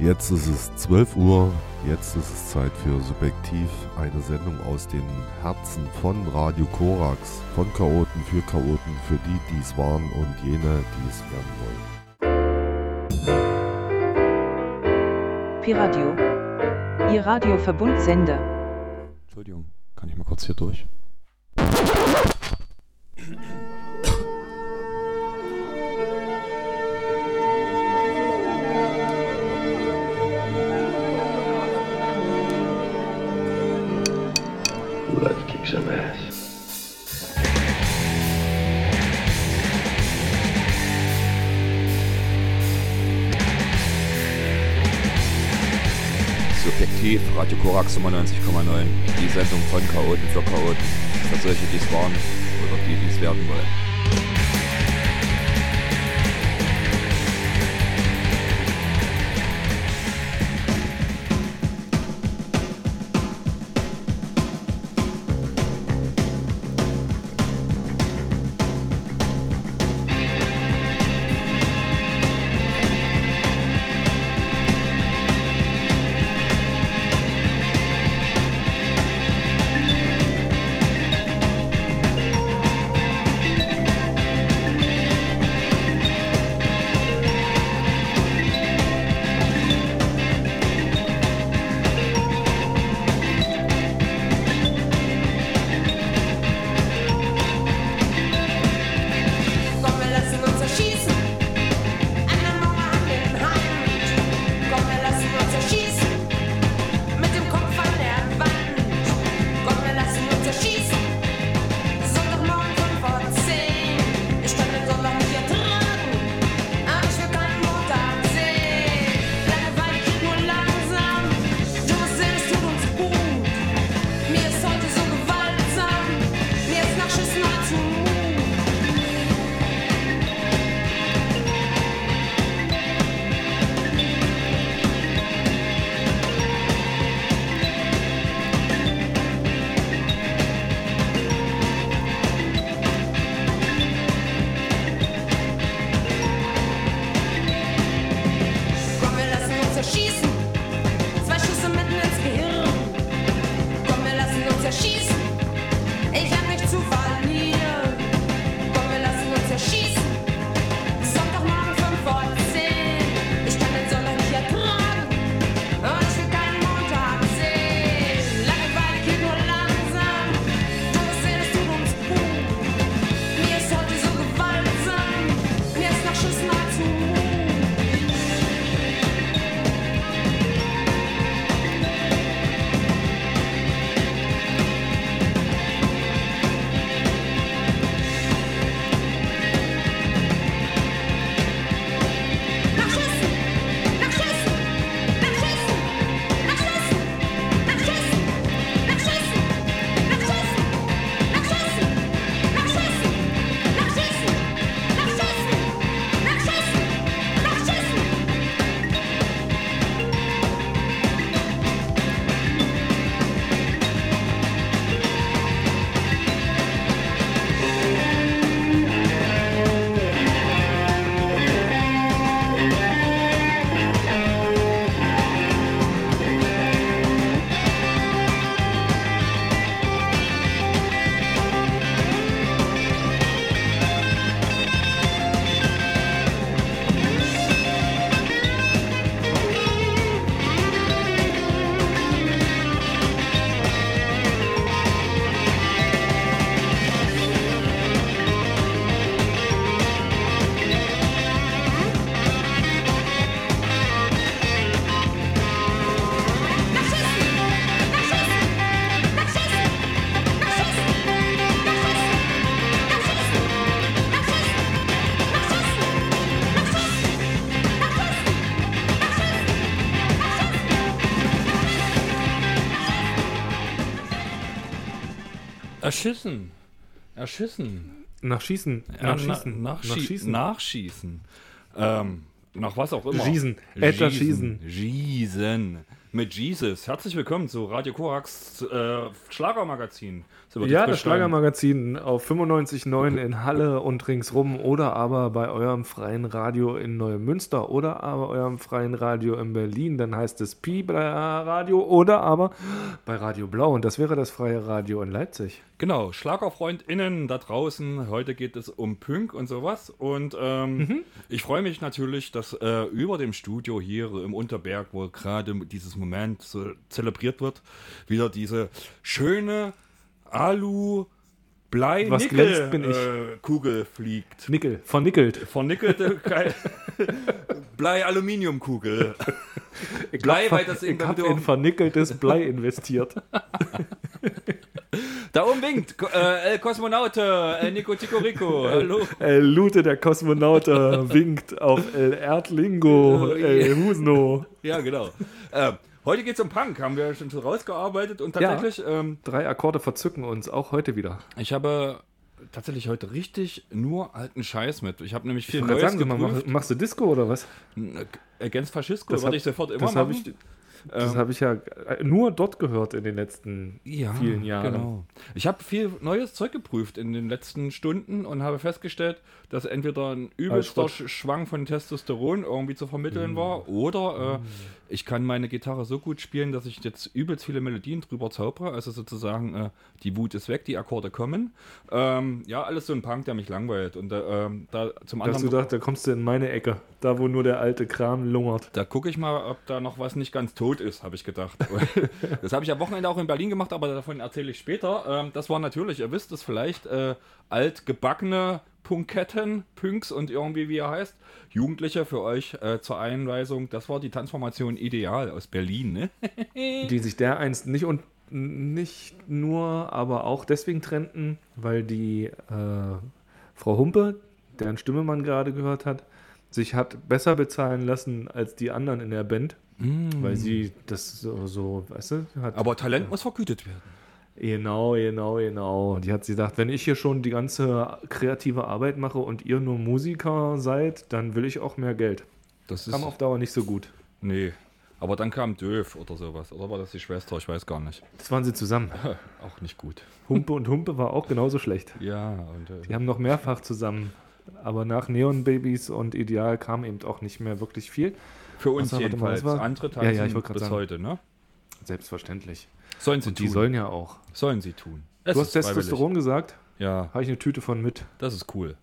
Jetzt ist es 12 Uhr, jetzt ist es Zeit für Subjektiv, eine Sendung aus den Herzen von Radio Korax, von Chaoten, für die, die es waren und jene, die es werden wollen. Piradio, Ihr Radioverbundsender. Entschuldigung, kann ich mal kurz hier durch? Let's kick some ass. Subjektiv, Radio Korax 95,9. Die Sendung von Chaoten für Chaoten. Für solche, die es waren oder die, die es werden wollen. Nachschießen. Nach was auch immer. Schießen. Schießen. mit Jesus. Herzlich willkommen zu Radio Korax Schlagermagazin. So ja, das Schlagermagazin auf 95.9 in Halle und ringsrum oder aber bei eurem freien Radio in Neumünster oder aber eurem freien Radio in Berlin. Dann heißt es Pi-Radio oder aber bei Radio Blau und das wäre das freie Radio in Leipzig. Genau, SchlagerfreundInnen da draußen. Heute geht es um Punk und sowas. Und ich freue mich natürlich, dass über dem Studio hier im Unterberg, wo gerade dieses Moment so zelebriert wird, wieder diese schöne Blei-Nickel-Kugel fliegt. Nickel, vernickelt. Vernickelte Blei-Aluminiumkugel. Blei, weil das ich habe in vernickeltes Blei investiert. Da oben winkt El Cosmonaute, El Nico Tico Rico. Hallo. El Lute, der Kosmonaute, winkt auf El Erdlingo, El Husno. Ja, genau. Heute geht es um Punk, haben wir schon so rausgearbeitet und tatsächlich... Ja, 3 Akkorde verzücken uns, auch heute wieder. Ich habe tatsächlich heute richtig nur alten Scheiß mit. Ich habe nämlich viel ich Neues sagen, geprüft. Machst du Disco oder was? Against Faschisco würde ich sofort immer machen. Das habe ich ja nur dort gehört in den letzten vielen Jahren. Genau. Ich habe viel neues Zeug geprüft in den letzten Stunden und habe festgestellt, dass entweder ein übelster Schwang von Testosteron irgendwie zu vermitteln war oder ich kann meine Gitarre so gut spielen, dass ich jetzt übelst viele Melodien drüber zaubere. Also sozusagen die Wut ist weg, die Akkorde kommen. Ja, alles so ein Punk, der mich langweilt. Und da zum anderen... Hast du gedacht, da kommst du in meine Ecke, da wo nur der alte Kram lungert. Da gucke ich mal, ob da noch was nicht ganz tot ist, habe ich gedacht. Das habe ich am Wochenende auch in Berlin gemacht, aber davon erzähle ich später. Das war natürlich, ihr wisst es vielleicht, altgebackene Punketten, Punks und irgendwie wie er heißt, Jugendliche für euch zur Einweisung. Das war die Transformation Ideal aus Berlin, ne? Die sich dereinst nicht nur, aber auch deswegen trennten, weil die Frau Humpe, deren Stimme man gerade gehört hat, sich hat besser bezahlen lassen als die anderen in der Band, weil sie das so weißt du, hat. Aber Talent muss vergütet werden. Genau. Die hat sich gedacht, wenn ich hier schon die ganze kreative Arbeit mache und ihr nur Musiker seid, dann will ich auch mehr Geld. Das kam auf Dauer nicht so gut. Nee, aber dann kam Döf oder sowas. Oder war das die Schwester? Ich weiß gar nicht. Das waren sie zusammen. Auch nicht gut. Humpe und Humpe war auch genauso schlecht. Ja. Und, die haben noch mehrfach zusammen. Aber nach Neon Babies und Ideal kam eben auch nicht mehr wirklich viel. Für uns jedenfalls. Andere tanzen bis heute, ne? Selbstverständlich. Sollen sie und tun. Die sollen ja auch. Sollen sie tun. Du hast Testosteron gesagt? Ja. Habe ich eine Tüte von mit. Das ist cool.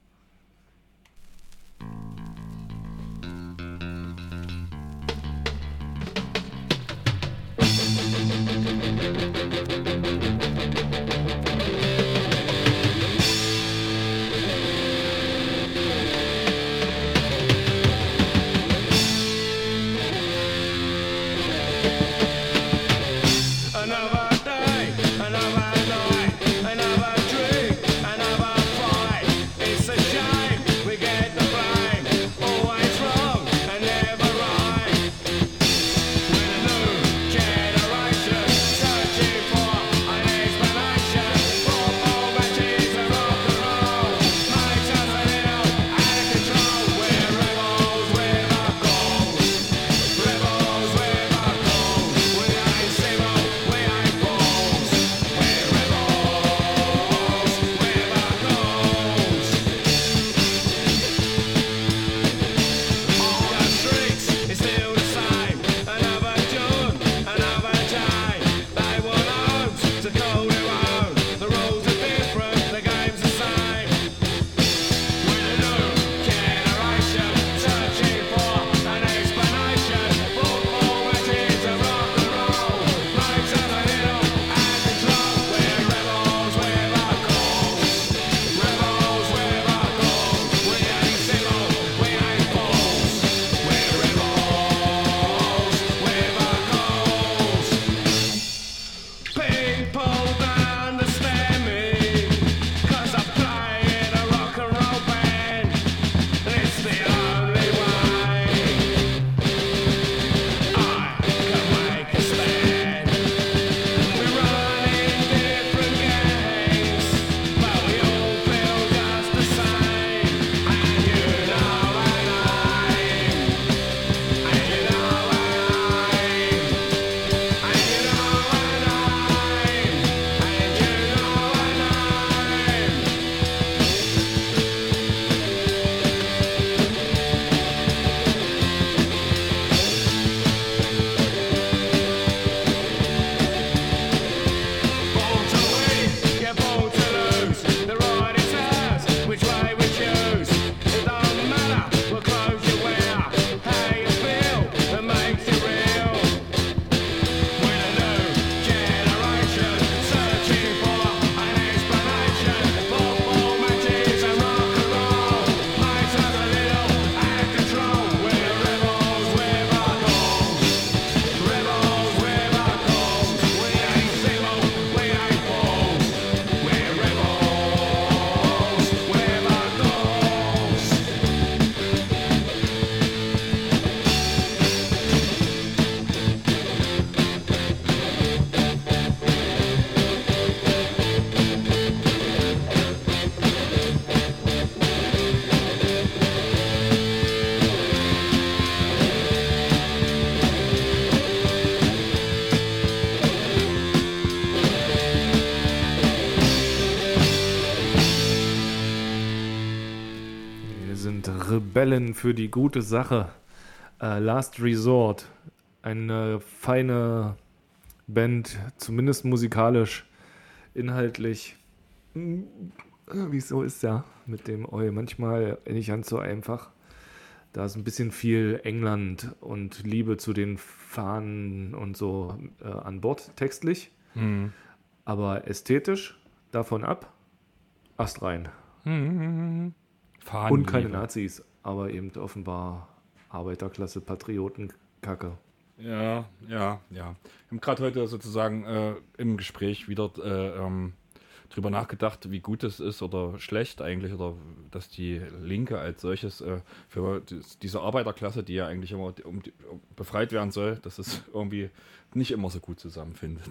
Rebellen für die gute Sache. Last Resort. Eine feine Band, zumindest musikalisch, inhaltlich. Wieso ist ja mit dem manchmal nicht ganz so einfach. Da ist ein bisschen viel England und Liebe zu den Fahnen und so an Bord textlich. Mhm. Aber ästhetisch davon ab, astrein. Mhm. Und keine Nazis, aber eben offenbar Arbeiterklasse, Patrioten, Kacke. Ja. Wir haben gerade heute sozusagen im Gespräch wieder drüber nachgedacht, wie gut es ist oder schlecht eigentlich, oder dass die Linke als solches für diese Arbeiterklasse, die ja eigentlich immer befreit werden soll, dass es irgendwie nicht immer so gut zusammenfindet.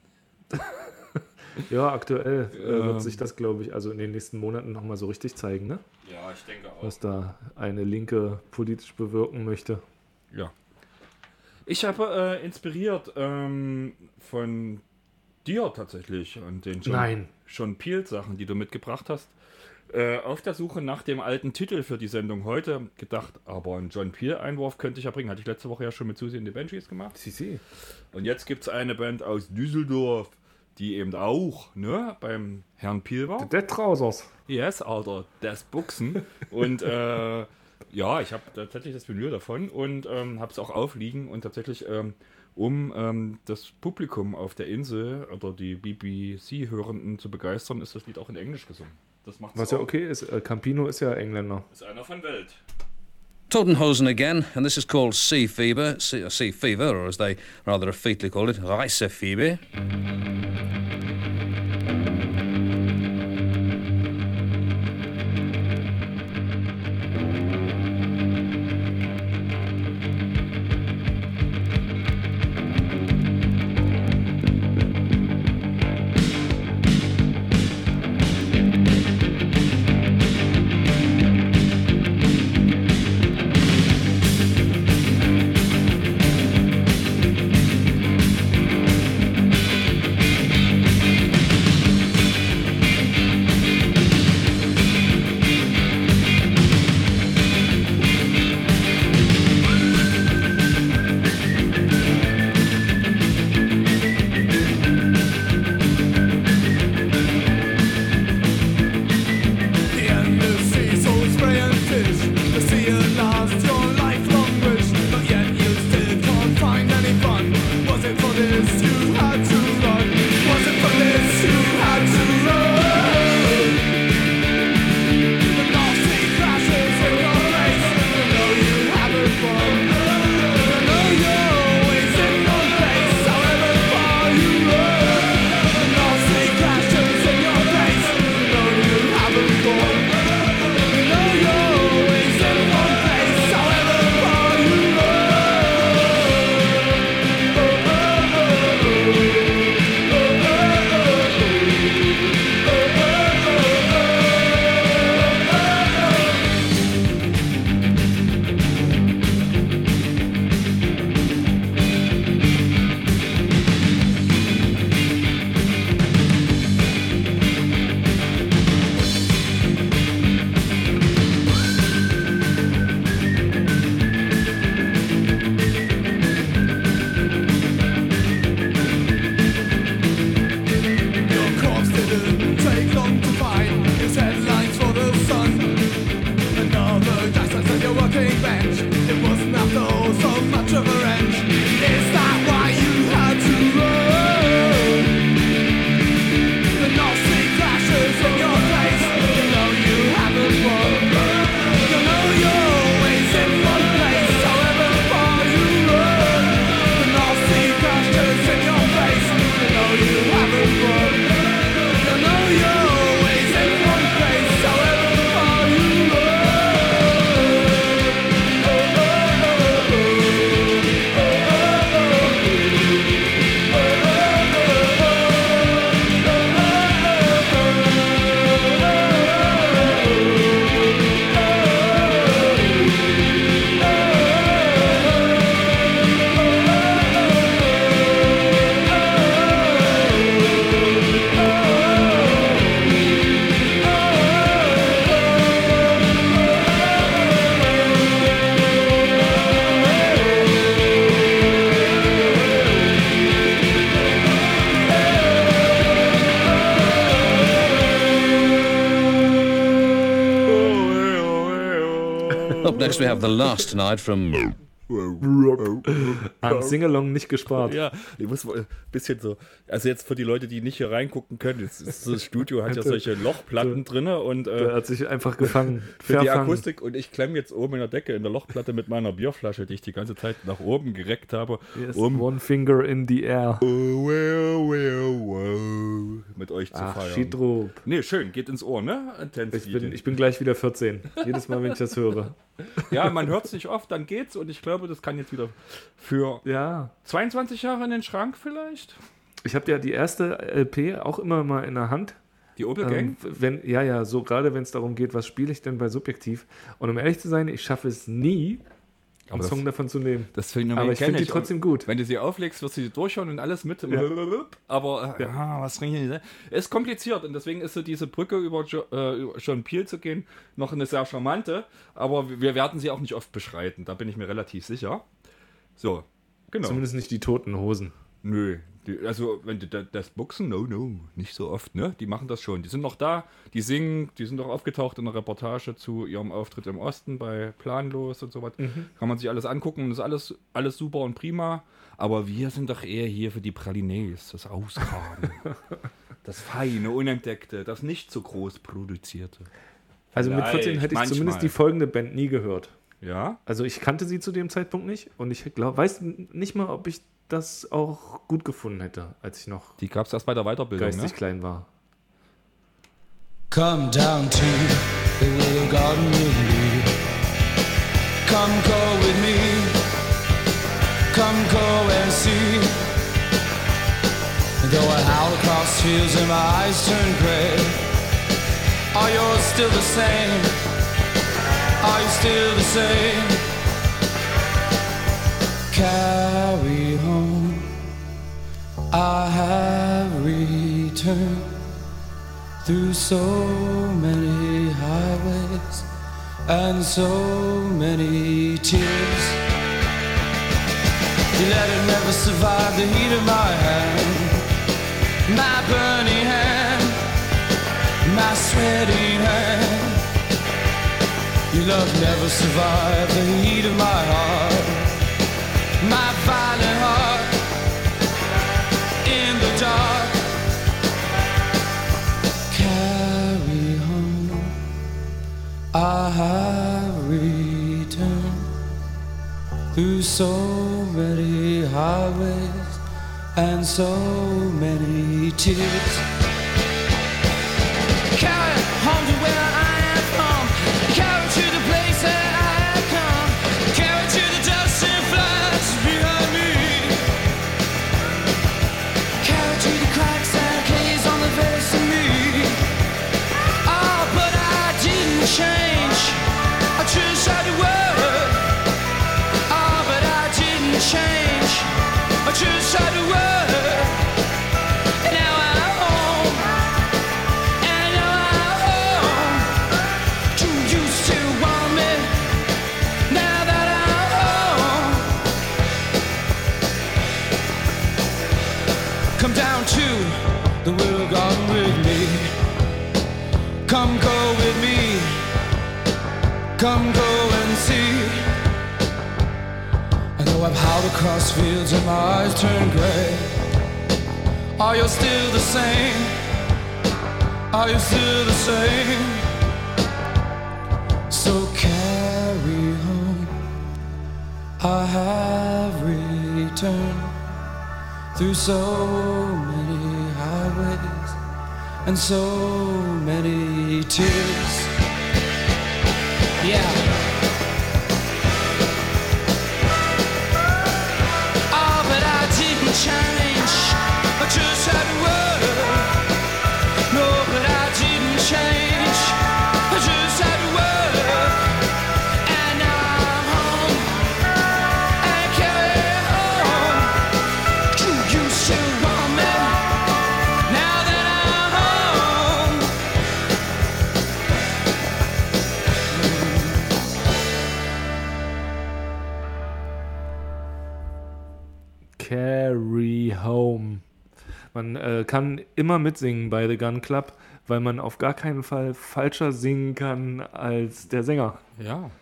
Ja, aktuell wird sich das, glaube ich, also in den nächsten Monaten nochmal so richtig zeigen, ne? Ja, ich denke auch. Was da eine Linke politisch bewirken möchte. Ja. Ich habe inspiriert von dir tatsächlich und den John Peel-Sachen, die du mitgebracht hast, auf der Suche nach dem alten Titel für die Sendung heute gedacht, aber einen John Peel-Einwurf könnte ich ja bringen. Hatte ich letzte Woche ja schon mit Susi and the Banshees gemacht. Sie. Und jetzt gibt es eine Band aus Düsseldorf, die eben auch beim Herrn Peel war. Dead Trousers. Yes, Alter, das Buchsen. Und ja, ich habe tatsächlich das Vinyl davon und habe es auch aufliegen und tatsächlich um das Publikum auf der Insel oder die BBC-Hörenden zu begeistern, ist das Lied auch in Englisch gesungen. Das macht's Was ja okay ist. Campino ist ja Engländer. Ist einer von Welt. Totenhausen again, and this is called Sea Fever, sea Fever, or as they rather effetely call it, Reisefieber. Next we have The Last Tonight from... Am Singalong nicht gespart. Ja, ich muss ein bisschen so, also jetzt für die Leute, die nicht hier reingucken können, das Studio hat ja solche Lochplatten drin und Der hat sich einfach gefangen. für die Akustik und ich klemme jetzt oben in der Decke in der Lochplatte mit meiner Bierflasche, die ich die ganze Zeit nach oben gereckt habe. Yes, one finger in the air. Mit euch zu feiern. Schiedrup. Nee, schön, geht ins Ohr, ne? Ich bin gleich wieder 14. Jedes Mal, wenn ich das höre. Ja, man hört es nicht oft, dann geht's und ich glaube, das kann jetzt wieder für 22 Jahre in den Schrank vielleicht. Ich habe ja die erste LP auch immer mal in der Hand. Die Opel Gang? So gerade wenn es darum geht, was spiele ich denn bei Subjektiv. Und um ehrlich zu sein, ich schaffe es nie, einen Song davon zu nehmen. Das Phänomen aber ich finde die trotzdem gut. Wenn du sie auflegst, wirst du sie durchschauen und alles mit. Ja. Aber was bringt hier? Ist kompliziert und deswegen ist so diese Brücke über John Peel zu gehen noch eine sehr charmante. Aber wir werden sie auch nicht oft beschreiten. Da bin ich mir relativ sicher. So, genau. Zumindest nicht die Toten Hosen. Nö. Also, wenn die das Boxen, no, nicht so oft, ne? Die machen das schon. Die sind noch da, die singen, die sind auch aufgetaucht in einer Reportage zu ihrem Auftritt im Osten bei Planlos und so was. Kann man sich alles angucken, das ist alles super und prima. Aber wir sind doch eher hier für die Pralinés, das Ausgraben. Das Feine, Unentdeckte, das nicht so groß produzierte. Also mit 14 hätte ich zumindest die folgende Band nie gehört. Ja? Also ich kannte sie zu dem Zeitpunkt nicht und ich weiß nicht mal, ob ich das auch gut gefunden hätte, als ich noch die gab es erst bei der Weiterbildung, geistig klein war. Come down to the little garden with me. Come go with me. Come go and see. Though I howl across fields and my eyes turn gray, are yours still the same? Are you still the same? Carry home, I have returned through so many highways and so many tears. You let it never survive the heat of my hand, my burning hand, my sweating hand. Your love never survived the heat of my heart, my violent heart in the dark. Carry home, I have returned through so many highways and so many tears. Carry home to where I am from, carry to the place that I have come, carry to the dust and flies behind me, carry to the cracks and caves on the face of me. Oh, but I didn't change, I just had to work. Oh, but I didn't change, I just had to work. Come down to the Willow Garden with me. Come go with me. Come go and see. I know I've howled across fields and my eyes turn gray. Are you still the same? Are you still the same? So carry home, I have returned through so many highways and so many tears. Yeah. Oh, but I didn't change, I just had to work. No, but I didn't change, I just had to work. And now I'm home and carry home. You still want me now that I'm home. Carry Home. Man kann immer mitsingen bei The Gun Club, weil man auf gar keinen Fall falscher singen kann als der Sänger. Ja.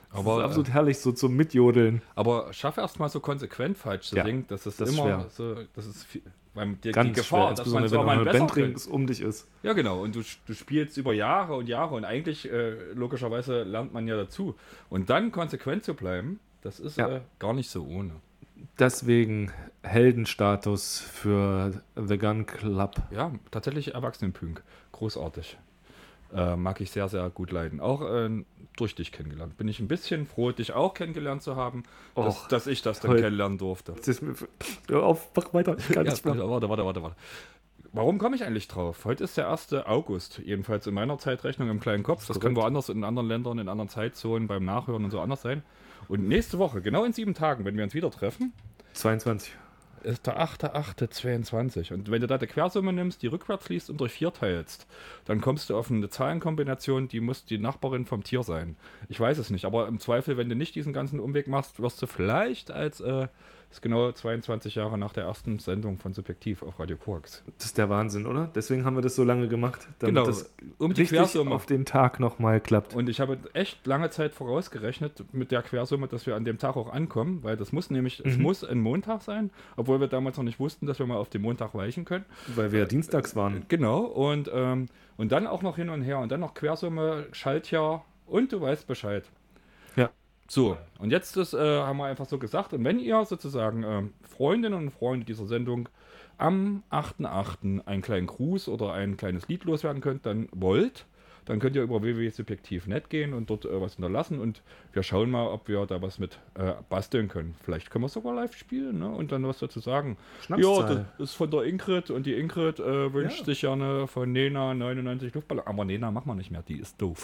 Das ist absolut herrlich, so zum Mitjodeln. Aber schaff erst mal so konsequent falsch zu singen, das ist immer schwer. so, das ist viel, weil die Ganz Gefahr, schwer, dass man insbesondere es wenn auch noch mal eine besser Band kann. rings um dich ist. Ja, genau. Und du spielst über Jahre und Jahre und eigentlich, logischerweise, lernt man ja dazu. Und dann konsequent zu bleiben, das ist gar nicht so ohne. Deswegen Heldenstatus für The Gun Club. Ja, tatsächlich Erwachsenenpunk. Großartig. Mag ich sehr, sehr gut leiden. Auch durch dich kennengelernt. Bin ich ein bisschen froh, dich auch kennengelernt zu haben, dass ich das dann toll. kennenlernen durfte. Hör auf, mach weiter. Ich kann Ja, nicht mehr. warte. Warum komme ich eigentlich drauf? Heute ist der 1. August, jedenfalls in meiner Zeitrechnung im kleinen Kopf. Das kann woanders in anderen Ländern, in anderen Zeitzonen beim Nachhören und so anders sein. Und nächste Woche, genau in 7 Tagen, wenn wir uns wieder treffen, 22. ist der 8.8.22. Und wenn du da die Quersumme nimmst, die rückwärts liest und durch 4 teilst, dann kommst du auf eine Zahlenkombination, die muss die Nachbarin vom Tier sein. Ich weiß es nicht, aber im Zweifel, wenn du nicht diesen ganzen Umweg machst, wirst du vielleicht als, das ist genau 22 Jahre nach der ersten Sendung von Subjektiv auf Radio Korax. Das ist der Wahnsinn, oder? Deswegen haben wir das so lange gemacht, damit Genau, das um die richtig Quersumme. auf den Tag nochmal klappt. Und ich habe echt lange Zeit vorausgerechnet mit der Quersumme, dass wir an dem Tag auch ankommen, weil das muss nämlich, es muss ein Montag sein, obwohl wir damals noch nicht wussten, dass wir mal auf den Montag weichen können. Weil wir ja dienstags waren. Genau, und dann auch noch hin und her und dann noch Quersumme, Schaltjahr und du weißt Bescheid. Ja. So, und jetzt haben wir einfach so gesagt, und wenn ihr sozusagen Freundinnen und Freunde dieser Sendung am 8.8. einen kleinen Gruß oder ein kleines Lied loswerden könnt, dann könnt ihr über www.subjektiv.net gehen und dort was hinterlassen und wir schauen mal, ob wir da was mit basteln können. Vielleicht können wir es sogar live spielen, ne? Und dann was dazu sagen. Schnapszahl. Ja, das ist von der Ingrid und die Ingrid wünscht sich gerne von Nena 99 Luftballon. Aber Nena machen wir nicht mehr, die ist doof.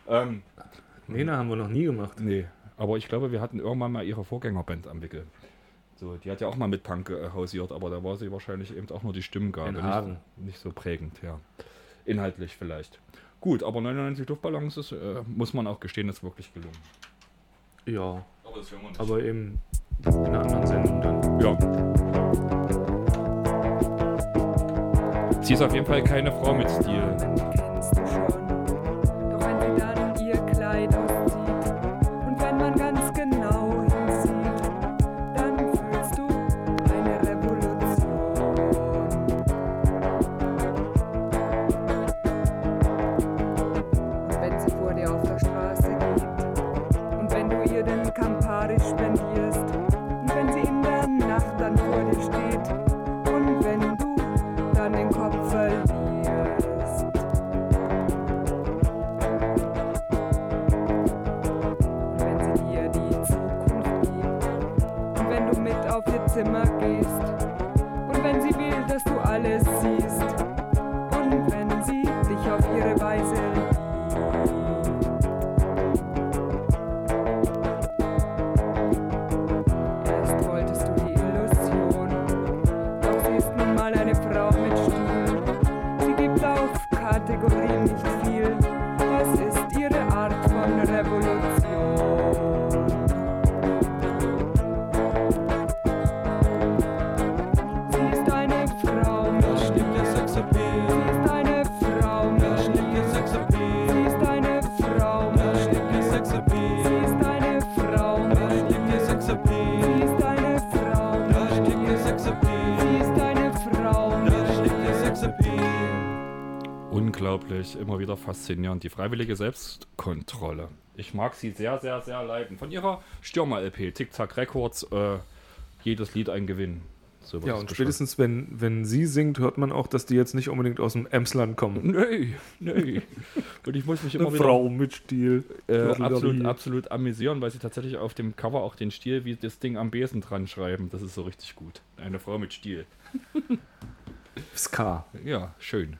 Nena haben wir noch nie gemacht. Nee, aber ich glaube, wir hatten irgendwann mal ihre Vorgängerband am Wickel. So, die hat ja auch mal mit Punk hausiert, aber da war sie wahrscheinlich eben auch nur die Stimmgabe. In Hagen. Nicht so prägend, ja. Inhaltlich vielleicht. Gut, aber 99 Luftballons ist, muss man auch gestehen, ist wirklich gelungen. Ja, Aber das hören wir nicht. aber eben in einer anderen Sendung dann. Ja. Sie ist auf jeden Fall keine Frau mit Stil. Kennst du schon, doch wenn sie dann ihr Kleid auszieht und wenn man ganz genau hinsieht, dann fühlst du eine Revolution. Und wenn sie vor dir auf der Straße geht und wenn du ihr den Campari spendierst und wenn sie in der Nacht dann vor dir steht und wenn du dann den Kopf verlierst. Und wenn sie dir die Zukunft gibt und wenn du mit auf ihr Zimmer gehst und wenn sie will, dass du alles siehst und wenn sie dich auf ihre Weise liebt. Erst wolltest du die Illusion, doch sie ist nun mal eine Frau mit Stil. Sie gibt auf Kategorien nicht viel, es ist ihre Art von Revolution. Sie ist eine Frau mit Stil. Sie ist eine Frau mit Stil. Sie ist eine Frau mit Stil. Sie ist eine Frau mit Stil. Sie ist eine Frau mit Stil. Sie ist eine Frau mit Stil. Unglaublich, immer wieder faszinierend. Die freiwillige Selbstkontrolle. Ich mag sie sehr, sehr, sehr leiden. Von ihrer Stürmer-LP, Tic-Tac Records, jedes Lied ein Gewinn. So wird Ja, es und beschrieben. spätestens wenn sie singt, hört man auch, dass die jetzt nicht unbedingt aus dem Emsland kommen. Nee. Und ich muss mich immer Eine wieder Frau mit Stil. absolut amüsieren, weil sie tatsächlich auf dem Cover auch den Stil wie das Ding am Besen dran schreiben. Das ist so richtig gut. Eine Frau mit Stil. Ska. Ja, schön.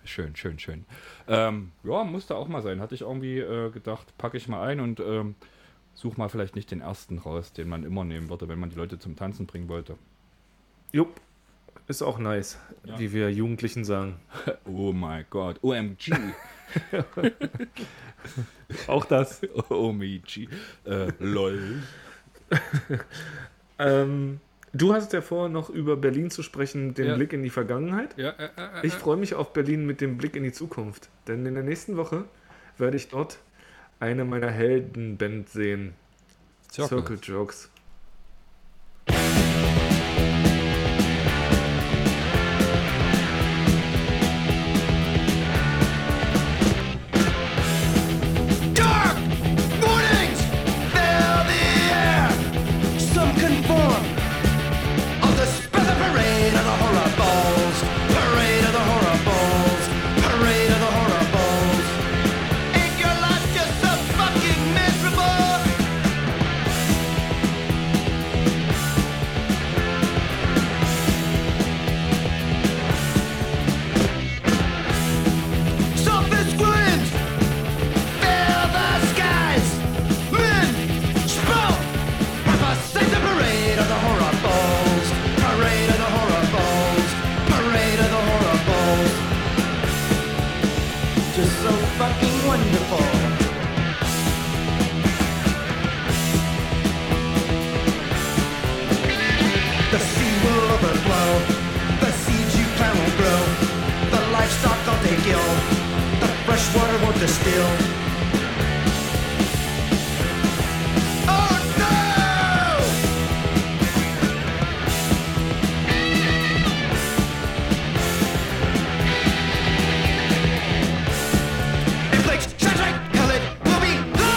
Ja, musste auch mal sein. Hatte ich irgendwie gedacht, packe ich mal ein und such mal vielleicht nicht den ersten raus, den man immer nehmen würde, wenn man die Leute zum Tanzen bringen wollte. Jupp. Ist auch nice, Ja. wie wir Jugendlichen sagen. Oh mein Gott, OMG. Auch das. OMG. LOL. Du hast ja vor, noch über Berlin zu sprechen, den Ja. Blick in die Vergangenheit. Ja, Ich freue mich auf Berlin mit dem Blick in die Zukunft. Denn in der nächsten Woche werde ich dort eine meiner Heldenband sehen. Circle Jerks. Dark mornings fill the air. Some conform of the spectre parade of the horror balls. Parade of the horror balls. Parade of the horror balls. Ain't your life just so fucking miserable? Softest winds fill the skies. Men spoke prophesy the parade of the horror balls. Parade of the horror balls. Parade of the horror balls. Just so fucking wonderful. The sea will overflow. The seeds you plant will grow. The livestock all they kill. The fresh water won't distill. Oh no! It flakes, shines right, hell it will be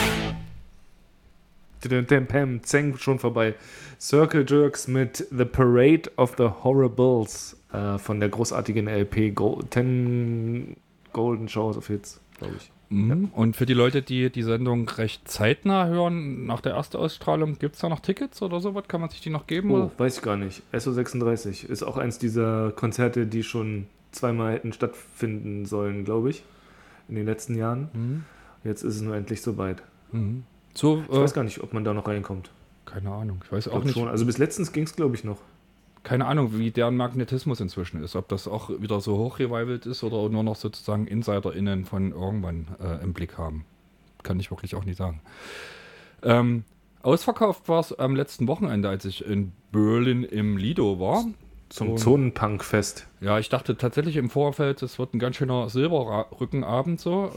light! Zeng schon vorbei. Circle Jerks mit The Parade of the Horribles von der großartigen LP 10 Golden Showers of Hits, glaube ich. Mhm. Und für die Leute, die die Sendung recht zeitnah hören, nach der ersten Ausstrahlung, gibt es da noch Tickets oder sowas? Kann man sich die noch geben? Oh, Oder? weiß ich gar nicht. SO36 ist auch eins dieser Konzerte, die schon zweimal hätten stattfinden sollen, glaube ich, in den letzten Jahren. Jetzt ist es nur endlich soweit. So, Ich weiß gar nicht, ob man da noch reinkommt. keine Ahnung. Ich weiß Ich auch glaub nicht. schon. Also bis letztens ging es, glaube ich, noch. Keine Ahnung, wie deren Magnetismus inzwischen ist. Ob das auch wieder so hochrevivalt ist oder nur noch sozusagen InsiderInnen von irgendwann im Blick haben. Kann ich wirklich auch nicht sagen. Ausverkauft war es am letzten Wochenende, als ich in Berlin im Lido war. Zum Und- Zonenpunk-Fest. Ja, ich dachte tatsächlich im Vorfeld, es wird ein ganz schöner Silberrückenabend so.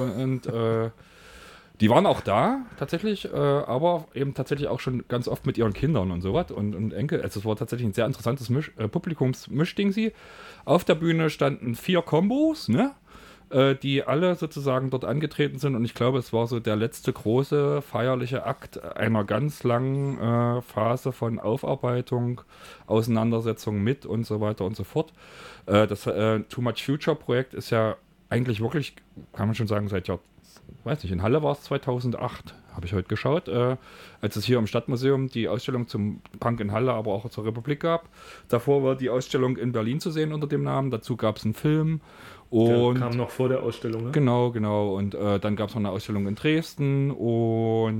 Die waren auch da, tatsächlich, aber eben tatsächlich auch schon ganz oft mit ihren Kindern und sowas und Enkel. Also es war tatsächlich ein sehr interessantes Publikumsmischding. Auf der Bühne standen 4 Kombos, ne? Die alle sozusagen dort angetreten sind und ich glaube, es war so der letzte große feierliche Akt einer ganz langen Phase von Aufarbeitung, Auseinandersetzung mit und so weiter und so fort. Das Too Much Future Projekt ist ja eigentlich wirklich, kann man schon sagen, seit weiß nicht, in Halle war es 2008, habe ich heute geschaut, als es hier im Stadtmuseum die Ausstellung zum Punk in Halle, aber auch zur Republik gab. Davor war die Ausstellung in Berlin zu sehen unter dem Namen, dazu gab es einen Film. Der Und kam noch vor der Ausstellung, ne? Genau. Und dann gab es noch eine Ausstellung in Dresden und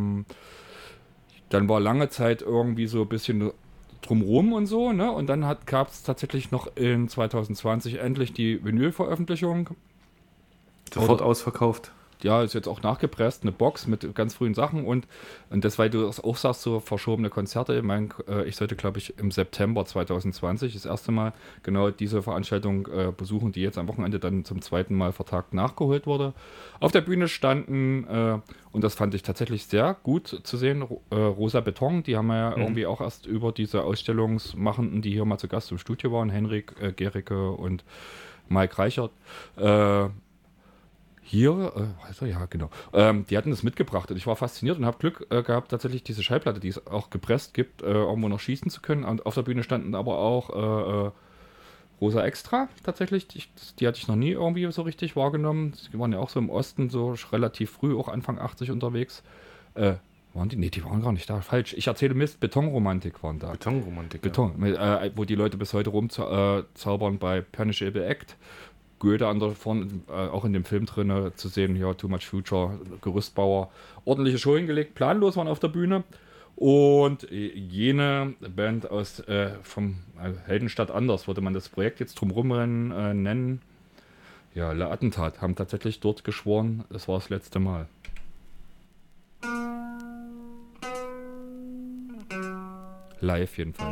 dann war lange Zeit irgendwie so ein bisschen drumrum und so, ne? Und dann gab es tatsächlich noch in 2020 endlich die Vinyl-Veröffentlichung. Sofort ausverkauft. Ja, ist jetzt auch nachgepresst, eine Box mit ganz frühen Sachen und das, weil du das auch sagst, so verschobene Konzerte. Ich sollte, glaube ich, im September 2020 das erste Mal genau diese Veranstaltung besuchen, die jetzt am Wochenende dann zum zweiten Mal vertagt nachgeholt wurde. Auf der Bühne standen, und das fand ich tatsächlich sehr gut zu sehen, Rosa Beton, die haben wir ja irgendwie auch erst über diese Ausstellungsmachenden, die hier mal zu Gast im Studio waren, Henrik Gericke und Mike Reichert, hier, ja genau, die hatten das mitgebracht und ich war fasziniert und habe Glück gehabt, tatsächlich diese Schallplatte, die es auch gepresst gibt, irgendwo noch schießen zu können. Und auf der Bühne standen aber auch Rosa Extra tatsächlich, die hatte ich noch nie irgendwie so richtig wahrgenommen. Die waren ja auch so im Osten so relativ früh, auch Anfang 80 unterwegs. Waren die? Nee, die waren gar nicht da, falsch. Ich erzähle Mist, Betonromantik waren da. Betonromantik. Beton, wo die Leute bis heute rumzaubern bei Pernichable Act. Goethe an der vorne, auch in dem Film drin zu sehen, ja, Too Much Future, Gerüstbauer, ordentliche Show hingelegt, planlos waren auf der Bühne. Und jene Band aus vom Heldenstadt Anders, würde man das Projekt jetzt drumherum nennen, ja, Le Attentat, haben tatsächlich dort geschworen, das war das letzte Mal. Live jedenfalls.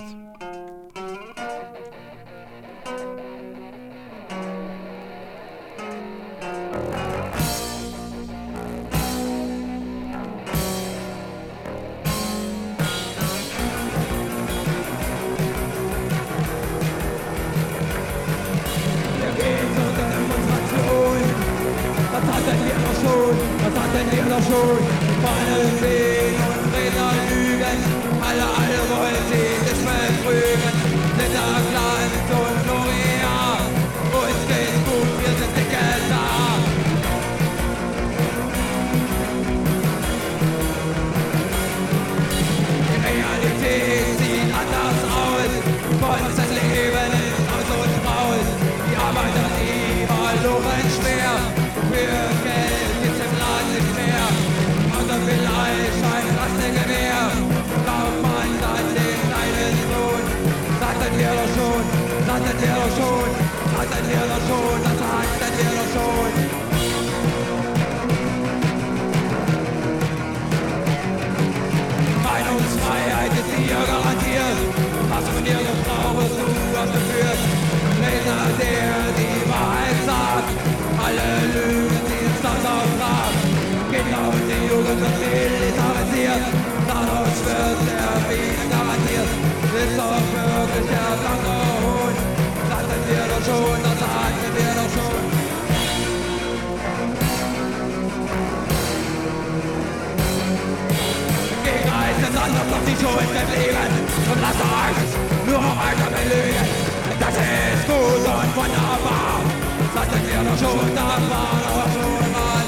doch schon meinetwegen und Redner lügen. Alle wollen sie sich betrügen. Linderglanz und L'Oreal, uns geht's gut, wir sind dicke da. Die Realität sieht anders aus, von uns das Leben ist aus und raus. Die Arbeiter, die verloren schwer, für Geld gibt's im Land nicht mehr. Also vielleicht ein Rassegewehr, Kaufmann sagt den kleinen Sohn. Sagten wir doch schon, sagten wir doch schon, sagten wir doch schon, das sagten wir doch schon. Meinungsfreiheit ist hier garantiert, was von ihrer Frau ist zugeführt. Leser, der die Wahrheit sagt, alle Lügen, die es das aufragt. Kinder und die Jugend wird militarisiert, dadurch wird der Frieden garantiert. Ist doch wirklich der blanke Hohn, sagten wir doch schon, das sagten wir doch schon. Gegen eins ist anders doch die Schuld geblieben und lasst euch nur weiter belügen. Das ist gut und wunderbar, sagten wir doch schon, das war doch schon mal.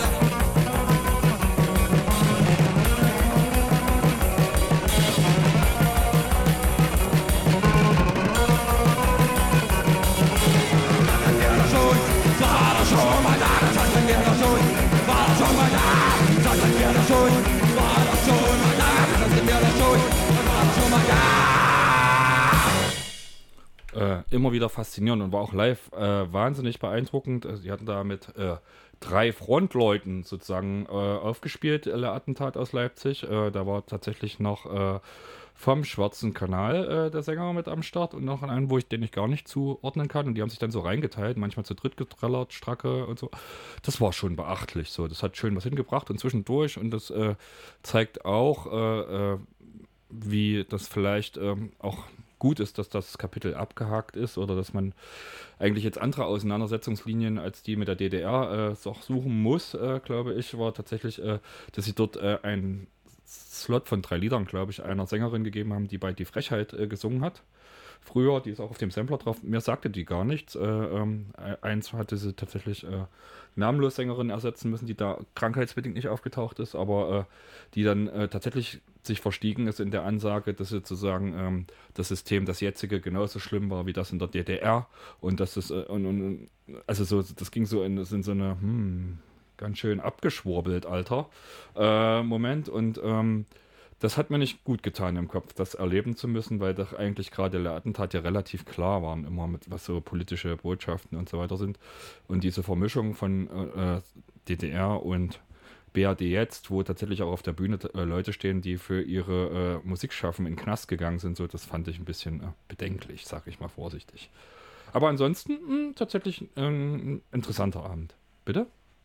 Immer wieder faszinierend und war auch live wahnsinnig beeindruckend. Sie hatten da mit 3 Frontleuten sozusagen aufgespielt, Le Attentat aus Leipzig. Da war tatsächlich noch vom Schwarzen Kanal der Sänger mit am Start und noch einen, den ich gar nicht zuordnen kann. Und die haben sich dann so reingeteilt, manchmal zu dritt getrellert, Stracke und so. Das war schon beachtlich so. Das hat schön was hingebracht und zwischendurch. Und das zeigt auch, wie das vielleicht auch gut ist, dass das Kapitel abgehakt ist oder dass man eigentlich jetzt andere Auseinandersetzungslinien als die mit der DDR suchen muss, glaube ich, war tatsächlich, dass sie dort einen Slot von 3 Liedern, glaube ich, einer Sängerin gegeben haben, die bei Die Frechheit gesungen hat. Früher, die ist auch auf dem Sampler drauf. Mir sagte die gar nichts. Eins hatte sie tatsächlich namenlos Sängerin ersetzen müssen, die da krankheitsbedingt nicht aufgetaucht ist, aber die dann tatsächlich sich verstiegen ist in der Ansage, dass sozusagen das System, das jetzige, genauso schlimm war wie das in der DDR und dass es also so, das ging so in so eine ganz schön abgeschwurbelt, Alter, Moment und das hat mir nicht gut getan im Kopf, das erleben zu müssen, weil doch eigentlich gerade der Attentat ja relativ klar waren, immer mit was so politische Botschaften und so weiter sind. Und diese Vermischung von DDR und BRD jetzt, wo tatsächlich auch auf der Bühne Leute stehen, die für ihre Musik schaffen, in den Knast gegangen sind, so, das fand ich ein bisschen bedenklich, sag ich mal vorsichtig. Aber ansonsten tatsächlich ein interessanter Abend. Bitte?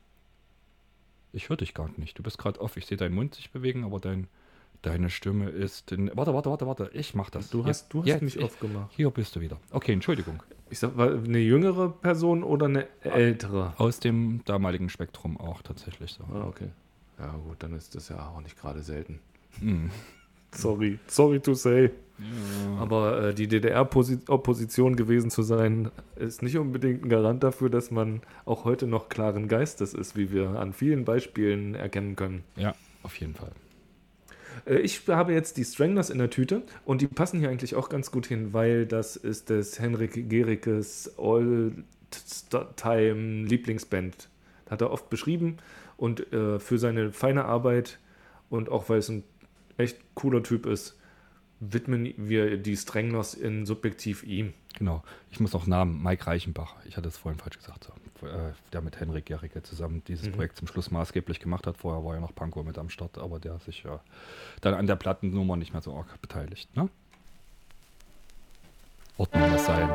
Ich höre dich gar nicht. Du bist gerade off. Ich sehe deinen Mund sich bewegen, aber deine Stimme ist... Warte. Ich mach das. Du hast mich aufgemacht. Hier bist du wieder. Okay, Entschuldigung. Ich sag, war eine jüngere Person oder eine ältere? Aus dem damaligen Spektrum auch tatsächlich so. Ah, okay. Ja gut, dann ist das ja auch nicht gerade selten. Mm. Sorry to say. Ja. Aber die DDR-Opposition gewesen zu sein, ist nicht unbedingt ein Garant dafür, dass man auch heute noch klaren Geistes ist, wie wir an vielen Beispielen erkennen können. Ja, auf jeden Fall. Ich habe jetzt die Stranglers in der Tüte und die passen hier eigentlich auch ganz gut hin, weil das ist des Henrik Gericke's All-Time-Lieblingsband. Hat er oft beschrieben und für seine feine Arbeit und auch weil es ein echt cooler Typ ist, widmen wir die Stranglers in subjektiv ihm. Genau. Ich muss noch Namen, Mike Reichenbach, ich hatte es vorhin falsch gesagt, so. Der mit Henrik Gericke zusammen dieses Projekt zum Schluss maßgeblich gemacht hat. Vorher war ja noch Pankow mit am Start, aber der sich dann an der Plattennummer nicht mehr so arg beteiligt. Ne? Ordnung muss sein.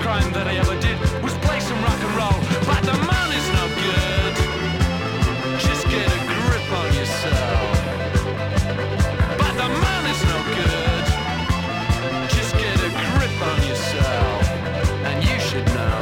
crime that I ever did was play some rock and roll. But the money's no good. Just get a grip on yourself. But the money's no good. Just get a grip on yourself. And you should know.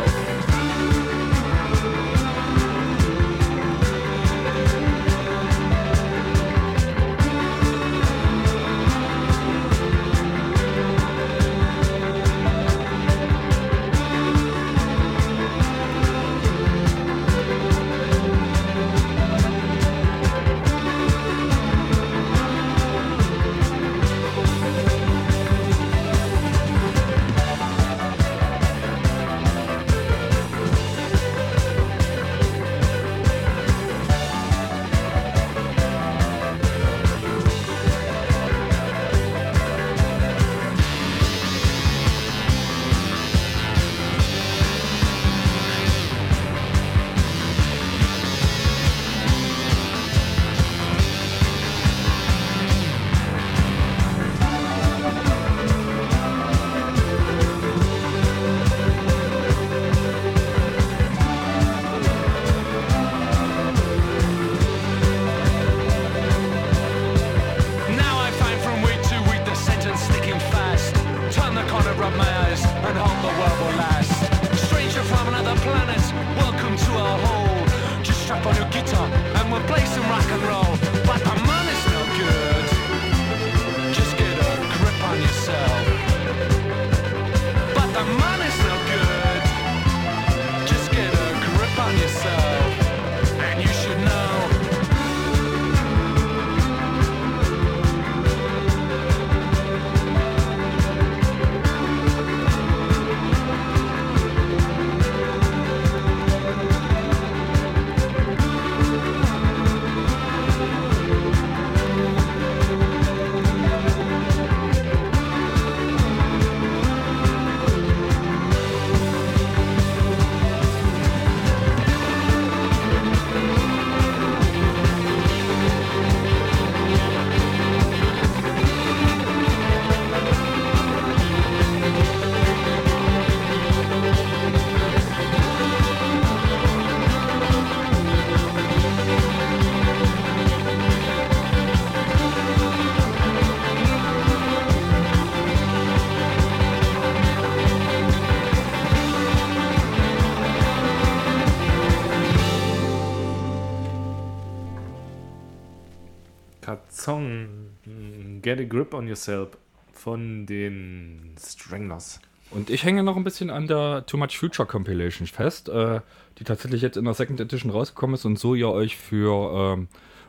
Song Get a Grip on Yourself von den Stranglers. Und ich hänge noch ein bisschen an der Too Much Future Compilation fest, die tatsächlich jetzt in der Second Edition rausgekommen ist und so ihr euch für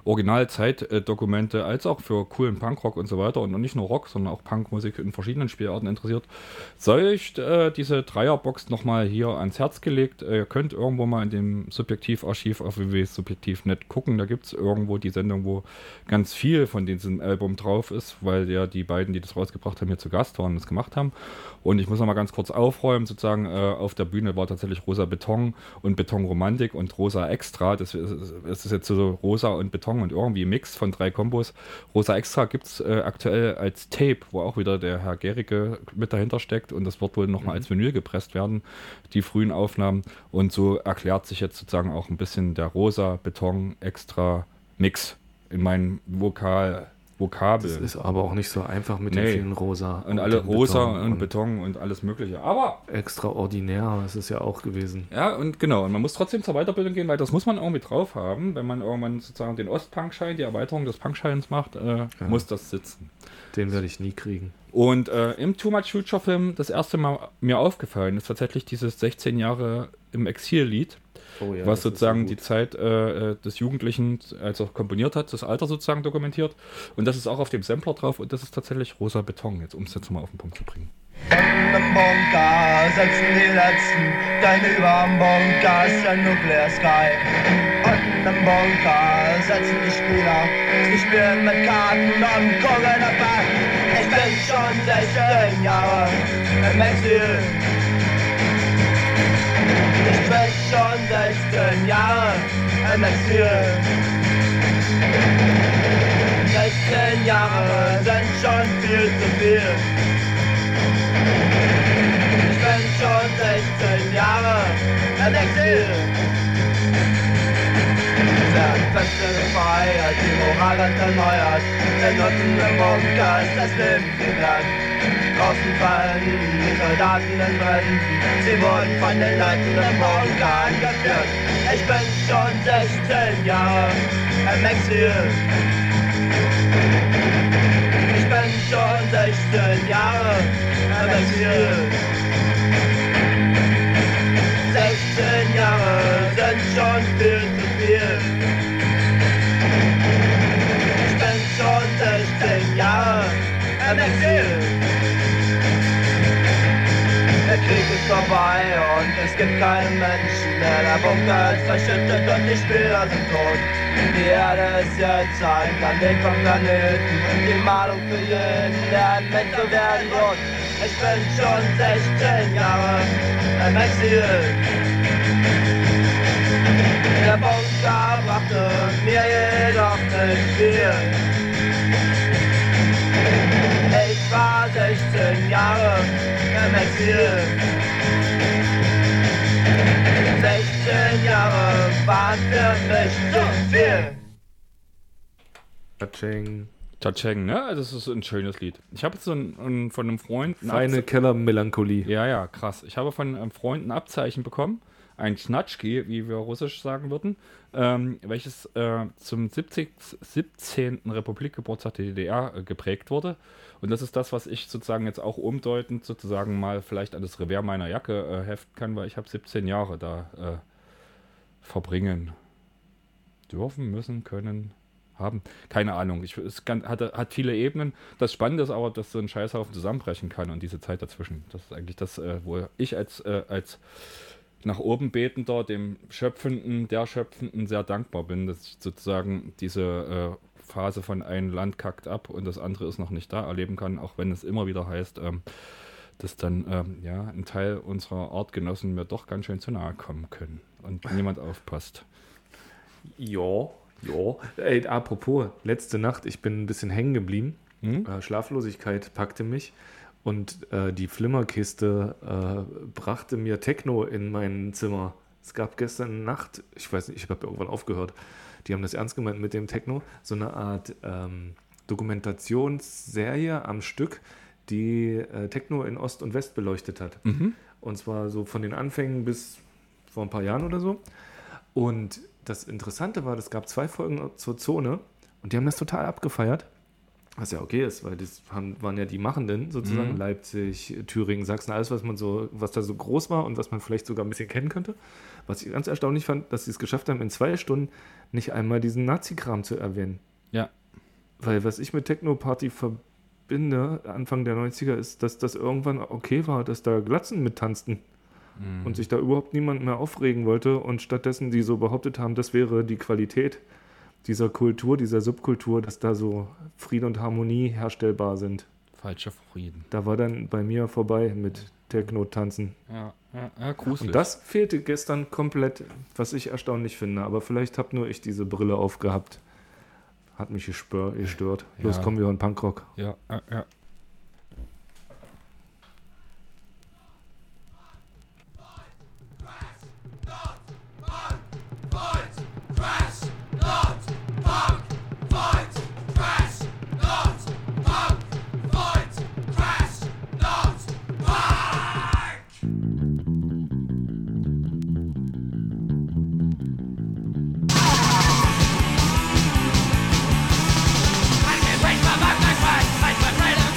Originalzeitdokumente als auch für coolen Punkrock und so weiter und nicht nur Rock, sondern auch Punkmusik in verschiedenen Spielarten interessiert, sei euch diese Dreierbox nochmal hier ans Herz gelegt. Ihr könnt irgendwo mal in dem Subjektiv-Archiv auf www.subjektiv.net gucken, da gibt es irgendwo die Sendung, wo ganz viel von diesem Album drauf ist, weil ja die beiden, die das rausgebracht haben, hier zu Gast waren und das gemacht haben. Und ich muss noch mal ganz kurz aufräumen, sozusagen auf der Bühne war tatsächlich Rosa Beton und Betonromantik und Rosa Extra. Das ist jetzt so Rosa und Beton und irgendwie ein Mix von 3 Kombos. Rosa Extra gibt es aktuell als Tape, wo auch wieder der Herr Gericke mit dahinter steckt und das wird wohl nochmal als Vinyl gepresst werden, die frühen Aufnahmen. Und so erklärt sich jetzt sozusagen auch ein bisschen der Rosa Beton Extra Mix in meinen Vokabeln. Das ist aber auch nicht so einfach mit den vielen Rosa. Und alle Rosa und Beton und alles Mögliche. Aber extraordinär ist es ja auch gewesen. Ja, und genau. Und man muss trotzdem zur Weiterbildung gehen, weil das muss man irgendwie drauf haben. Wenn man irgendwann sozusagen den Ostpunk-Schein, die Erweiterung des Punkscheins macht, muss das sitzen. Den werde ich nie kriegen. Und im Too Much Future Film, das erste Mal mir aufgefallen, ist tatsächlich dieses 16 Jahre im Exil-Lied. Oh ja, was sozusagen die Zeit des Jugendlichen, als er komponiert hat, das Alter sozusagen dokumentiert. Und das ist auch auf dem Sampler drauf und das ist tatsächlich Rosa Beton, jetzt um es jetzt mal auf den Punkt zu bringen. In dem Bunker sitzen die Letzten, denn überm Bunker ist ein Nuclear Sky. In dem Bunker sitzen die Spieler, sie spielen mit Karten und gucken dabei. Ich bin schon 16 Jahre im Exil. Ich bin schon 16 Jahre im Exil. 16 Jahre sind schon viel zu viel. Ich bin schon 16 Jahre im Exil. Der Feste gefeiert, die Moral hat erneuert, der Nutzen im Bunker ist das Leben gelernt. Draußen fallen die Soldaten in Bränden, sie wurden von den Leuten im Bunker angeführt. Ich bin schon 16 Jahre im Exil. Ich bin schon 16 Jahre im Exil. 16 Jahre sind schon viel zu viel. Ich bin schon 16 Jahre im Exil. Der Krieg ist vorbei und es gibt keinen Menschen mehr. Der Bunker ist verschüttet und die Spieler sind tot. Die Erde ist jetzt ein Planet vom Planeten und die Malung für jeden, der ein Mensch zu werden droht. Ich bin schon 16 Jahre im Exil. Der Bunker brachte mir jedoch nicht viel. Ich war 16 Jahre im Exil. 16 Jahre waren für mich zu viel. Tsching. Tsching, ne? Also das ist ein schönes Lied. Ich habe jetzt so von einem Freund... Feine Kellermelancholie. Ja, krass. Ich habe von einem Freund ein Abzeichen bekommen, ein Schnatschki, wie wir russisch sagen würden, welches zum 17. Republikgeburtstag der DDR geprägt wurde. Und das ist das, was ich sozusagen jetzt auch umdeutend sozusagen mal vielleicht an das Revers meiner Jacke heften kann, weil ich habe 17 Jahre da verbringen dürfen, müssen, können, haben. Keine Ahnung. Hat viele Ebenen. Das Spannende ist aber, dass so ein Scheißhaufen zusammenbrechen kann und diese Zeit dazwischen. Das ist eigentlich das, wo ich als nach oben betender, dem Schöpfenden, der Schöpfenden sehr dankbar bin, dass ich sozusagen diese Phase von ein Land kackt ab und das andere ist noch nicht da erleben kann, auch wenn es immer wieder heißt, dass dann ein Teil unserer Artgenossen mir doch ganz schön zu nahe kommen können und niemand aufpasst. Ja. Ey, apropos, letzte Nacht, ich bin ein bisschen hängen geblieben. Schlaflosigkeit packte mich. Und die Flimmerkiste brachte mir Techno in mein Zimmer. Es gab gestern Nacht, ich weiß nicht, ich habe irgendwann aufgehört, die haben das ernst gemeint mit dem Techno, so eine Art Dokumentationsserie am Stück, die Techno in Ost und West beleuchtet hat. Und zwar so von den Anfängen bis vor ein paar Jahren oder so. Und das Interessante war, es gab 2 Folgen zur Zone und die haben das total abgefeiert. Was ja okay ist, weil das waren ja die Machenden sozusagen, Leipzig, Thüringen, Sachsen, alles, was da so groß war und was man vielleicht sogar ein bisschen kennen könnte. Was ich ganz erstaunlich fand, dass sie es geschafft haben, in 2 Stunden nicht einmal diesen Nazi-Kram zu erwähnen. Ja. Weil was ich mit Techno-Party verbinde, Anfang der 90er, ist, dass das irgendwann okay war, dass da Glatzen mittanzten und sich da überhaupt niemand mehr aufregen wollte und stattdessen die so behauptet haben, das wäre die Qualität dieser Kultur, dieser Subkultur, dass da so Frieden und Harmonie herstellbar sind. Falscher Frieden. Da war dann bei mir vorbei mit Techno-Tanzen. Ja, gruselig. Und das fehlte gestern komplett, was ich erstaunlich finde. Aber vielleicht habe nur ich diese Brille aufgehabt. Hat mich gestört. Los, kommen wir hören Punkrock. Ja. Fight for freedom!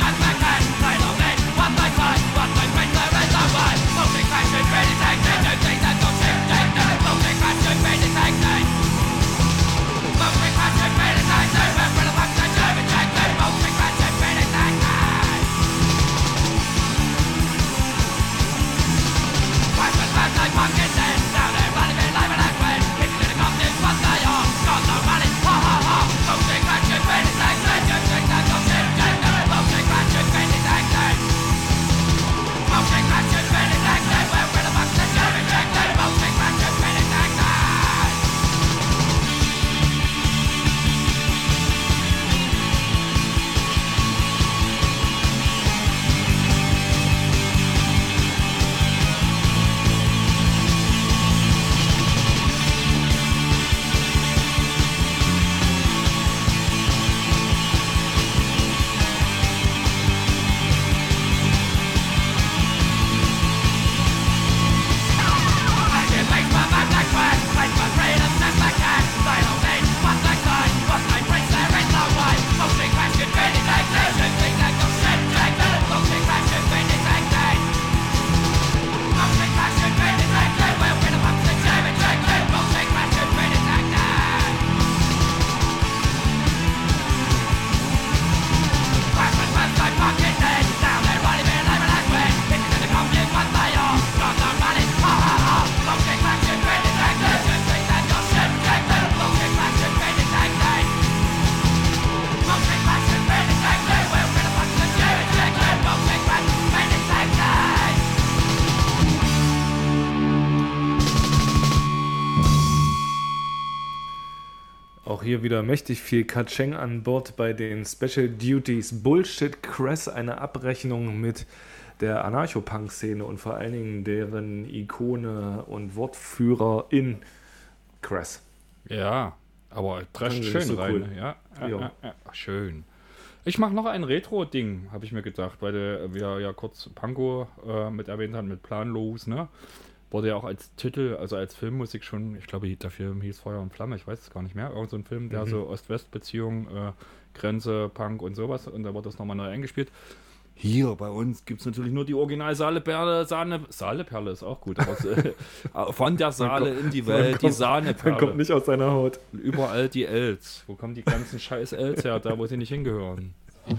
Auch hier wieder mächtig viel Katscheng an Bord bei den Special Duties. Bullshit Crass, eine Abrechnung mit der Anarcho-Punk-Szene und vor allen Dingen deren Ikone und Wortführer in Crass. Ja, aber drescht Fanden wir schön nicht so rein. cool. Ja. Ja. Schön. Ich mache noch ein Retro-Ding, habe ich mir gedacht, weil wir ja kurz Panko mit erwähnt haben, mit Planlos, ne? Wurde ja auch als Titel, also als Filmmusik schon, ich glaube, der Film hieß Feuer und Flamme, ich weiß es gar nicht mehr. Irgend so ein Film, der so Ost-West-Beziehung, Grenze, Punk und sowas, und da wurde das nochmal neu eingespielt. Hier bei uns gibt es natürlich nur die Original-Saaleperle, Saaleperle ist auch gut, aber von der Saale in die Welt, die Sahneperle. Man kommt nicht aus seiner Haut. Überall die Els. Wo kommen die ganzen scheiß Els her? Da, wo sie nicht hingehören.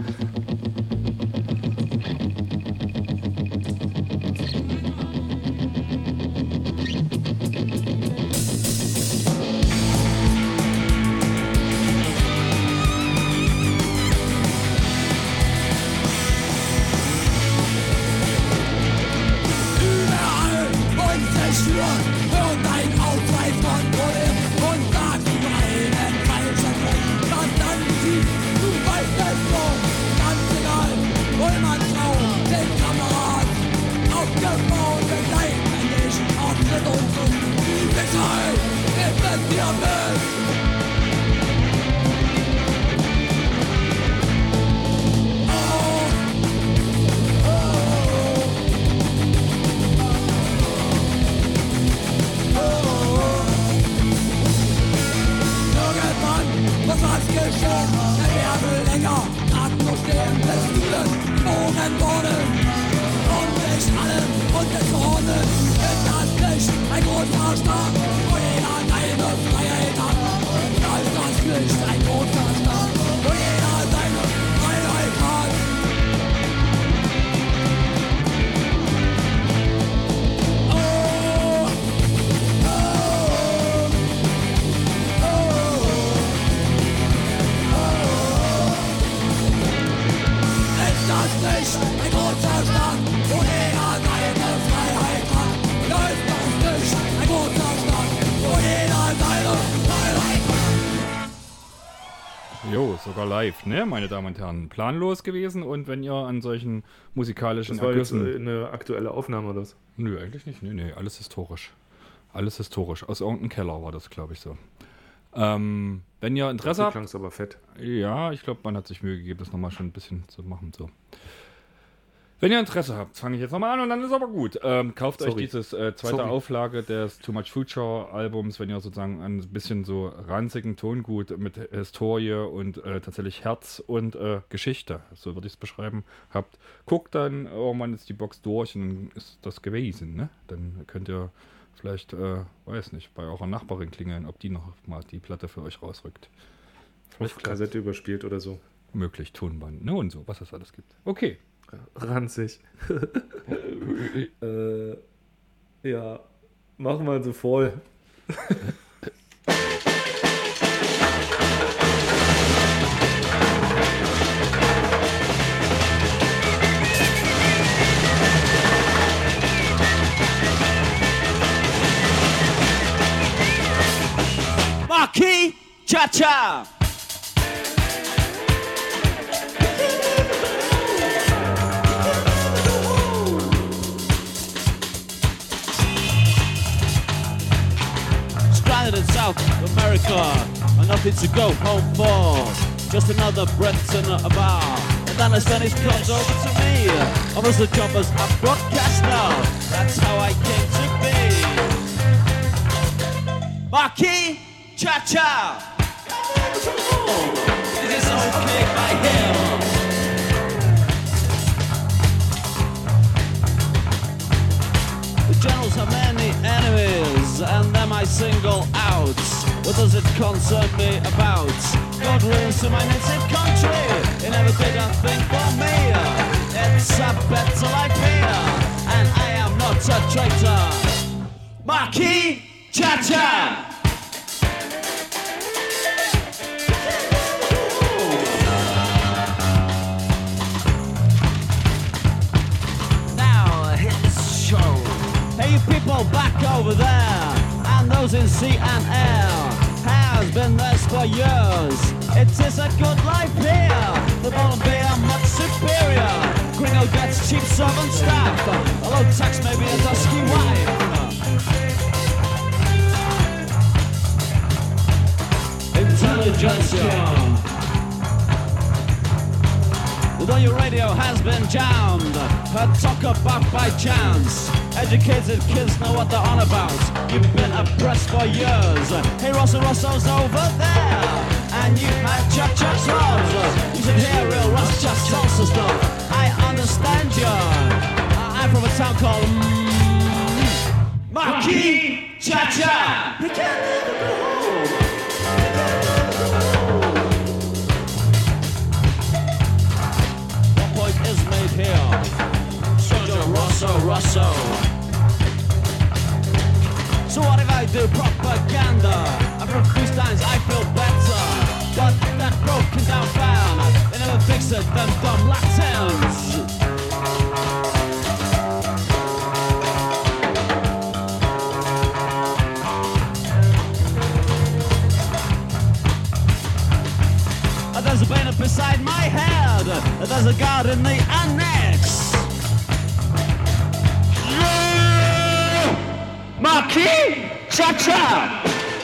Jo, sogar live, ne, meine Damen und Herren. Planlos gewesen, und wenn ihr an solchen musikalischen Das war jetzt eine aktuelle Aufnahme oder was? Nö, eigentlich nicht. Nee, alles historisch. Alles historisch. Aus irgendeinem Keller war das, glaube ich, so. Wenn ihr Interesse habt... klang's aber fett. Ja, ich glaube, man hat sich Mühe gegeben, das nochmal schon ein bisschen zu machen, so. Wenn ihr Interesse habt, fange ich jetzt nochmal an und dann ist aber gut. Kauft euch dieses zweite Auflage des Too Much Future Albums, wenn ihr sozusagen ein bisschen so ranzigen Tongut mit Historie und tatsächlich Herz und Geschichte, so würde ich es beschreiben, habt. Guckt dann, irgendwann ist die Box durch und dann ist das gewesen, ne? Dann könnt ihr vielleicht, weiß nicht, bei eurer Nachbarin klingeln, ob die noch mal die Platte für euch rausrückt. Auf Kassette überspielt oder so. Möglich, Tonband, ne, und so, was es alles gibt. Okay. Ranzig. Ja, machen wir so voll. Marquis Cha-Cha. Stranded in South America, and nothing to go home for. Just another breath in a bar. And then a Spanish comes over to me. I was the jobbers I'm broadcast now. That's how I came to be. Marquis Cha-Cha. Is this okay by him? The generals have many enemies, and them I single out. What does it concern me about? God rules to my native country. He never did a thing for me. It's a better life here, and I am not a traitor. Marquis Cha-Cha. Hey, you people back over there, and those in sea and air, how has been this for years. It is a good life here. The Bombay are much superior. Gringo gets cheap servant staff. A low tax, maybe a dusky wife. Intelligentsia. Although your radio has been jammed, heard talk about by chance. Educated kids know what they're on about. You've been oppressed for years. Hey, Rosso's over there, and you had cha-cha songs. You should hear real Ross-cha salsa stuff. I understand you. I'm from a town called Marquis Cha-Cha. You can't never go home. Is made here. Sergio Rosso. So what if I do propaganda? I'm from Christians, I feel better. But that broken down fan, they never fix it, them dumb Latins. There's a banner beside my head. There's a guard in the annex. Marquis Cha-Cha.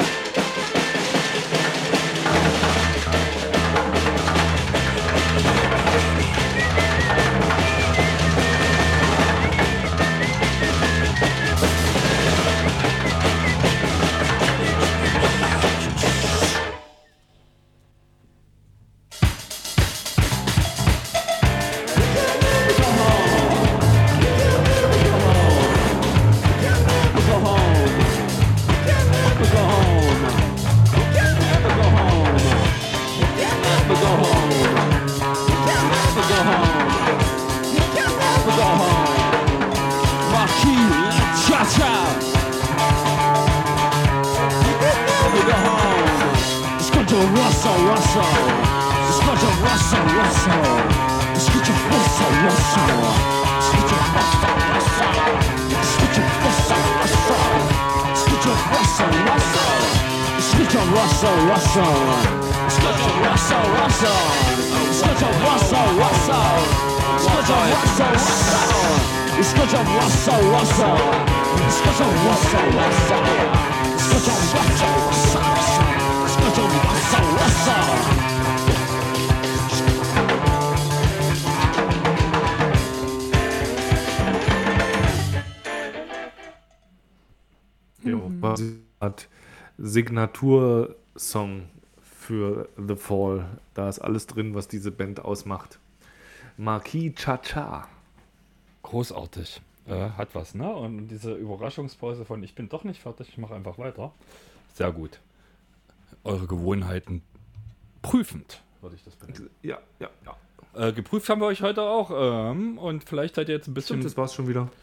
Signatursong für The Fall. Da ist alles drin, was diese Band ausmacht. Marquis Cha-Cha. Großartig. Hat was, ne? Und diese Überraschungspause von ich bin doch nicht fertig, ich mache einfach weiter. Sehr gut. Eure Gewohnheiten prüfend, würde ich das benennen. Ja. Geprüft haben wir euch heute auch. Und vielleicht seid ihr jetzt ein bisschen... Stimmt, das war's schon wieder.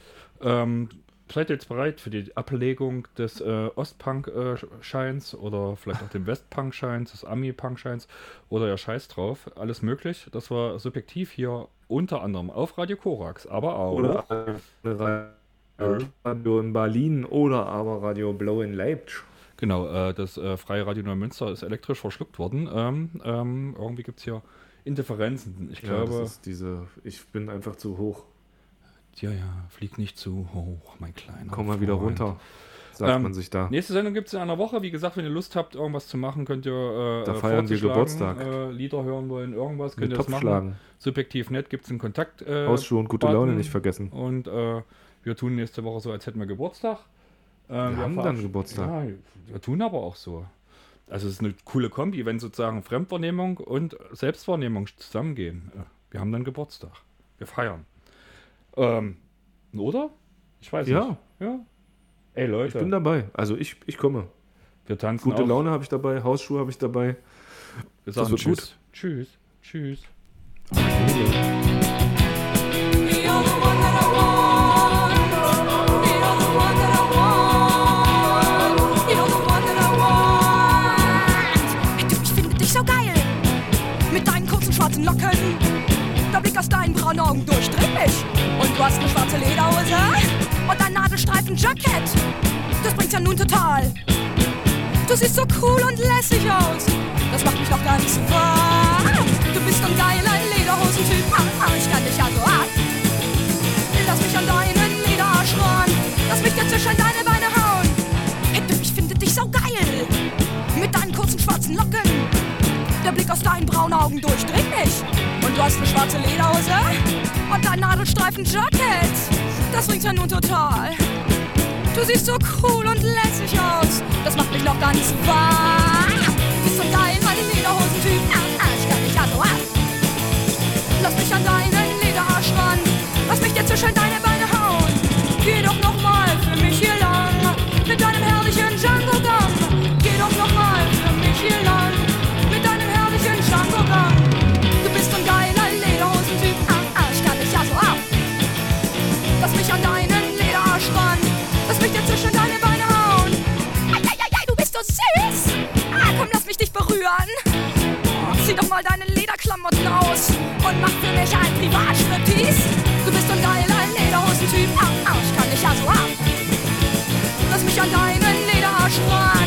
Seid ihr jetzt bereit für die Ablegung des Ostpunk-Scheins oder vielleicht auch dem Westpunk-Scheins, des Ami-Punk-Scheins oder ihr Scheiß drauf? Alles möglich. Das war subjektiv hier unter anderem auf Radio Korax, aber auch... Oder Radio in Berlin oder aber Radio Blau in Leipzig. Genau, das Freie Radio Neumünster ist elektrisch verschluckt worden. Irgendwie gibt es hier Indifferenzen. Ich glaube... Das ist ich bin einfach zu hoch. Ja, flieg nicht zu hoch, mein Kleiner. Komm mal wieder runter, sagt man sich da. Nächste Sendung gibt es in einer Woche. Wie gesagt, wenn ihr Lust habt, irgendwas zu machen, könnt ihr da feiern wir Geburtstag. Lieder hören wollen, irgendwas, könnt ihr das machen. Schlagen. Subjektiv nett, gibt es einen Kontakt. Hausschuhe und gute Laune nicht vergessen. Und wir tun nächste Woche so, als hätten wir Geburtstag. Wir haben dann Geburtstag. Ja, wir tun aber auch so. Also es ist eine coole Kombi, wenn sozusagen Fremdwahrnehmung und Selbstwahrnehmung zusammengehen. Wir haben dann Geburtstag. Wir feiern. Oder? Ich weiß nicht. Ja. Ey, Leute. Ich bin dabei. Also ich komme. Wir tanzen Gute Laune habe ich dabei, Hausschuhe habe ich dabei. Wir sagen Tschüss. Tschüss. Tschüss. Ich finde dich so geil. Mit deinen kurzen schwarzen Locken. Der Blick aus deinen braunen Augen durchdringlich. Und du hast eine schwarze Lederhose und ein Nadelstreifen-Jackett. Das bringt's ja nun total. Du siehst so cool und lässig aus. Das macht mich doch ganz warm. Du bist ein geiler Lederhosentyp. Ich kann dich ja so ab. Lass mich an deinen Lederarsch ran. Lass mich dir zwischen deine Beine hauen. Hey, du, ich finde dich so geil. Mit deinen kurzen schwarzen Locken. Der Blick aus deinen braunen Augen durchdringt mich. Und du hast eine schwarze Lederhose und ein Nadelstreifen-Jacket. Das bringt ja nun total. Du siehst so cool und lässig aus. Das macht mich noch ganz warm. Du bist so geil, mein Lederhosentyp. Ich kann dich ja so ab. Lass mich an deinen Lederarsch ran. Lass mich dir zwischen deine Beine hauen. Geh doch noch mal für mich hier lang. Mit deinem herrlichen Django-Gang. Geh doch noch mal für mich hier lang. Mit deinem herrlichen Django-Gang. Du bist so ein geiler Lederhosentyp. Ich kann dich ja so ab. Lass mich an deinen Lederarsch ran. Lass mich dir zwischen deine Beine hauen. Ei, du bist so süß. Komm, lass mich dich berühren. Zieh doch mal deine Lederklamotten aus und mach für mich ein Privatstriptease. Du bist so ein geiler Lederhosentyp. Ich kann dich ja so ab. Lass mich an deinen Lederarsch ran.